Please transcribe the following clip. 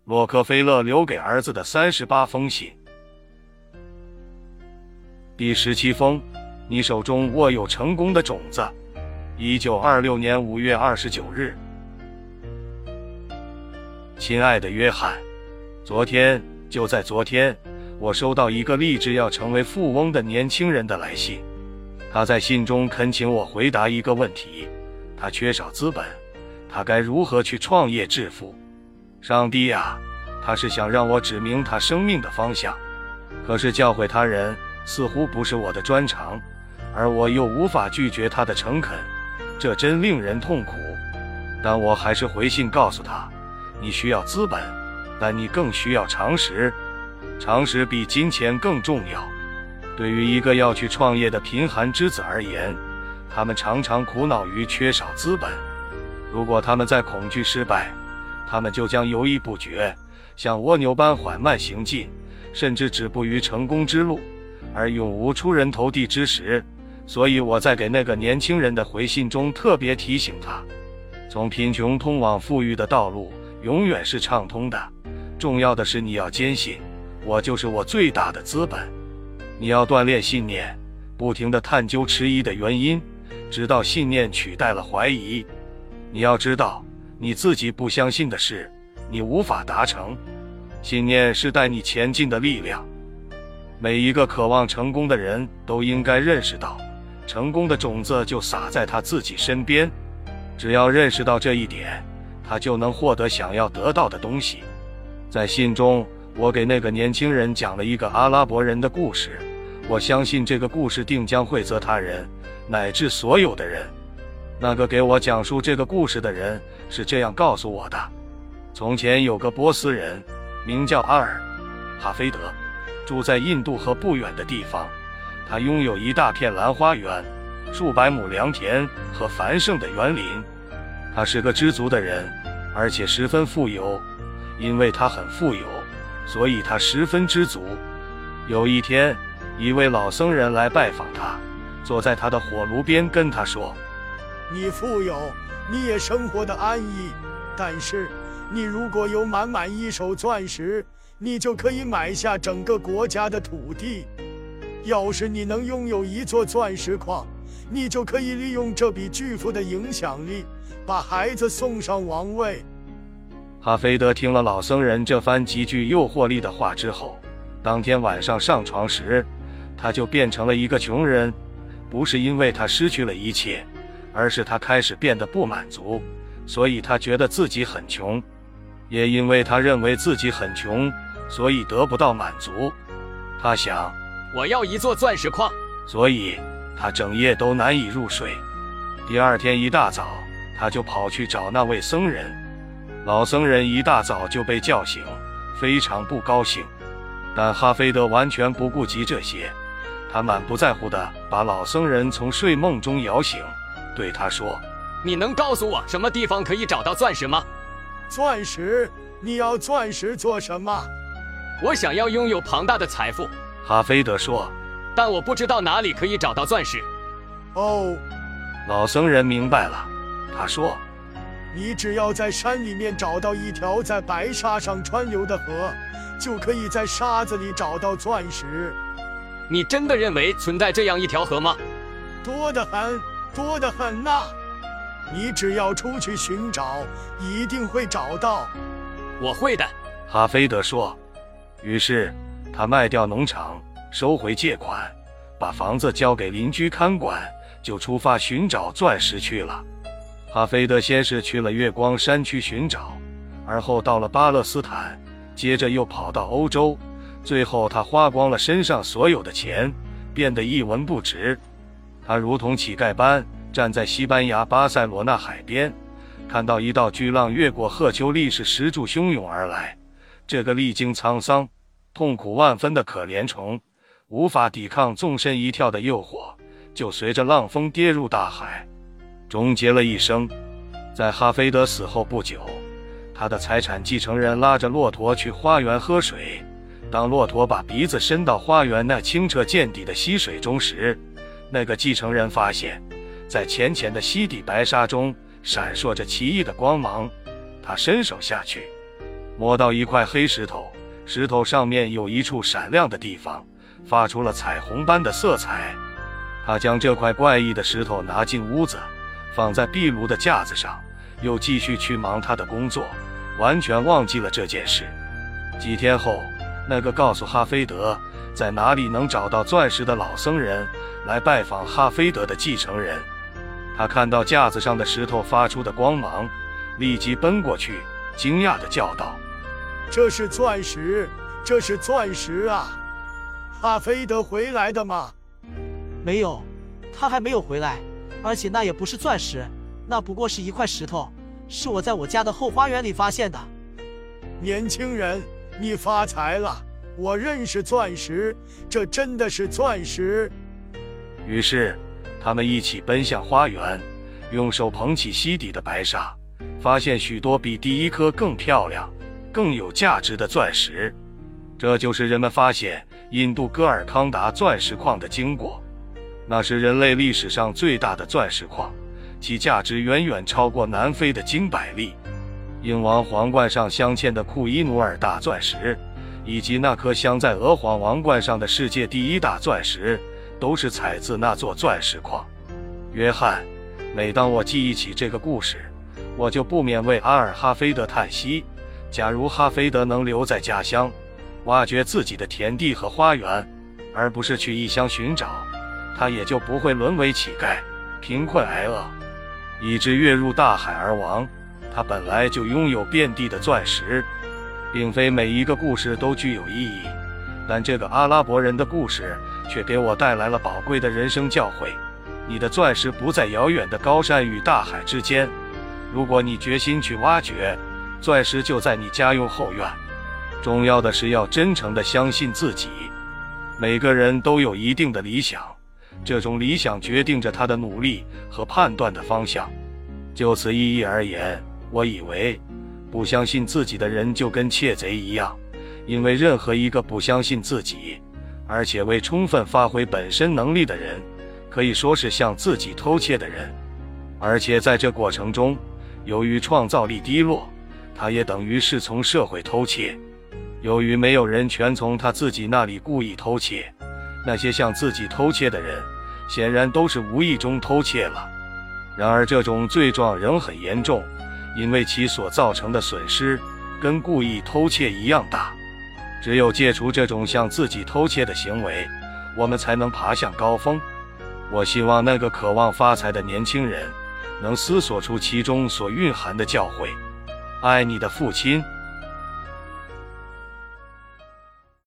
洛克菲勒留给儿子的38封信。第17封，你手中握有成功的种子。1926年5月29日。亲爱的约翰，就在昨天，我收到一个立志要成为富翁的年轻人的来信。他在信中恳请我回答一个问题：他缺少资本，他该如何去创业致富？上帝啊，他是想让我指明他生命的方向，可是教诲他人似乎不是我的专长，而我又无法拒绝他的诚恳，这真令人痛苦。但我还是回信告诉他，你需要资本，但你更需要常识，常识比金钱更重要。对于一个要去创业的贫寒之子而言，他们常常苦恼于缺少资本。如果他们在恐惧失败，他们就将犹豫不决，像蜗牛般缓慢行进，甚至止步于成功之路，而永无出人头地之时。所以我在给那个年轻人的回信中特别提醒他，从贫穷通往富裕的道路永远是畅通的，重要的是你要坚信，我就是我最大的资本。你要锻炼信念，不停地探究迟疑的原因，直到信念取代了怀疑。你要知道，你自己不相信的事，你无法达成。信念是带你前进的力量。每一个渴望成功的人都应该认识到，成功的种子就撒在他自己身边。只要认识到这一点，他就能获得想要得到的东西。在信中，我给那个年轻人讲了一个阿拉伯人的故事，我相信这个故事定将惠泽他人，乃至所有的人。那个给我讲述这个故事的人是这样告诉我的：从前有个波斯人，名叫阿尔·哈菲德，住在印度河不远的地方。他拥有一大片兰花园，数百亩良田和繁盛的园林。他是个知足的人，而且十分富有。因为他很富有，所以他十分知足。有一天，一位老僧人来拜访他，坐在他的火炉边跟他说： 你富有，你也生活得安逸，但是你如果有满满一手钻石，你就可以买下整个国家的土地。要是你能拥有一座钻石矿，你就可以利用这笔巨富的影响力，把孩子送上王位。 哈菲德听了老僧人这番极具诱惑力的话之后，当天晚上上床时，他就变成了一个穷人。不是因为他失去了一切，而是他开始变得不满足，所以他觉得自己很穷。也因为他认为自己很穷，所以得不到满足。他想， 我要一座钻石矿， 所以他整夜都难以入睡。第二天一大早，他就跑去找那位僧人。老僧人一大早就被叫醒，非常不高兴。但哈菲德完全不顾及这些，他满不在乎地把老僧人从睡梦中摇醒，对他说： 你能告诉我什么地方可以找到钻石吗？ 钻石？你要钻石做什么？ 我想要拥有庞大的财富。 哈菲德说： 但我不知道哪里可以找到钻石。 哦， 老僧人明白了，他说： 你只要在山里面找到一条在白沙上穿流的河，就可以在沙子里找到钻石。 你真的认为存在这样一条河吗？ 多得很，多得很呐！你只要出去寻找，一定会找到。 我会的， 哈菲德说。于是他卖掉农场，收回借款，把房子交给邻居看管，就出发寻找钻石去了。哈菲德先是去了月光山区寻找，而后到了巴勒斯坦，接着又跑到欧洲，最后他花光了身上所有的钱，变得一文不值。他如同乞丐般站在西班牙巴塞罗那海边，看到一道巨浪越过褐丘力士石柱汹涌而来。这个历经沧桑、痛苦万分的可怜虫，无法抵抗纵身一跳的诱惑，就随着浪峰跌入大海，终结了一生。在哈菲德死后不久，他的财产继承人拉着骆驼去花园喝水。当骆驼把鼻子伸到花园那清澈见底的溪水中时，那个继承人发现，在浅浅的溪底白沙中闪烁着奇异的光芒。他伸手下去， 摸到一块黑石头，石头上面有一处闪亮的地方，发出了彩虹般的色彩。他将这块怪异的石头拿进屋子，放在壁炉的架子上，又继续去忙他的工作，完全忘记了这件事。几天后，那个告诉哈菲德在哪里能找到钻石的老僧人来拜访哈菲德的继承人。他看到架子上的石头发出的光芒，立即奔过去，惊讶地叫道： 这是钻石，这是钻石啊！哈菲德回来的吗？ 没有，他还没有回来，而且那也不是钻石，那不过是一块石头，是我在我家的后花园里发现的。 年轻人，你发财了，我认识钻石，这真的是钻石。 于是他们一起奔向花园，用手捧起溪底的白沙，发现许多比第一颗更漂亮、更有价值的钻石。这就是人们发现印度戈尔康达钻石矿的经过。那是人类历史上最大的钻石矿，其价值远远超过南非的金百利。英王皇冠上镶嵌的库伊努尔大钻石，以及那颗镶在娥皇王冠上的世界第一大钻石，都是采自那座钻石矿。约翰，每当我记忆起这个故事，我就不免为阿尔哈菲德叹息。假如哈菲德能留在家乡，挖掘自己的田地和花园，而不是去异乡寻找，他也就不会沦为乞丐，贫困挨饿，以致跃入大海而亡。他本来就拥有遍地的钻石。并非每一个故事都具有意义，但这个阿拉伯人的故事却给我带来了宝贵的人生教诲。你的钻石不在遥远的高山与大海之间，如果你决心去挖掘，钻石就在你家用后院。重要的是要真诚地相信自己。每个人都有一定的理想，这种理想决定着他的努力和判断的方向。就此意义而言，我以为不相信自己的人就跟窃贼一样，因为任何一个不相信自己，而且未充分发挥本身能力的人，可以说是向自己偷窃的人。而且在这过程中，由于创造力低落，他也等于是从社会偷窃。由于没有人全从他自己那里故意偷窃，那些向自己偷窃的人显然都是无意中偷窃了。然而这种罪状仍很严重，因为其所造成的损失跟故意偷窃一样大。只有戒除这种向自己偷窃的行为，我们才能爬向高峰。我希望那个渴望发财的年轻人能思索出其中所蕴含的教诲。爱你的父亲。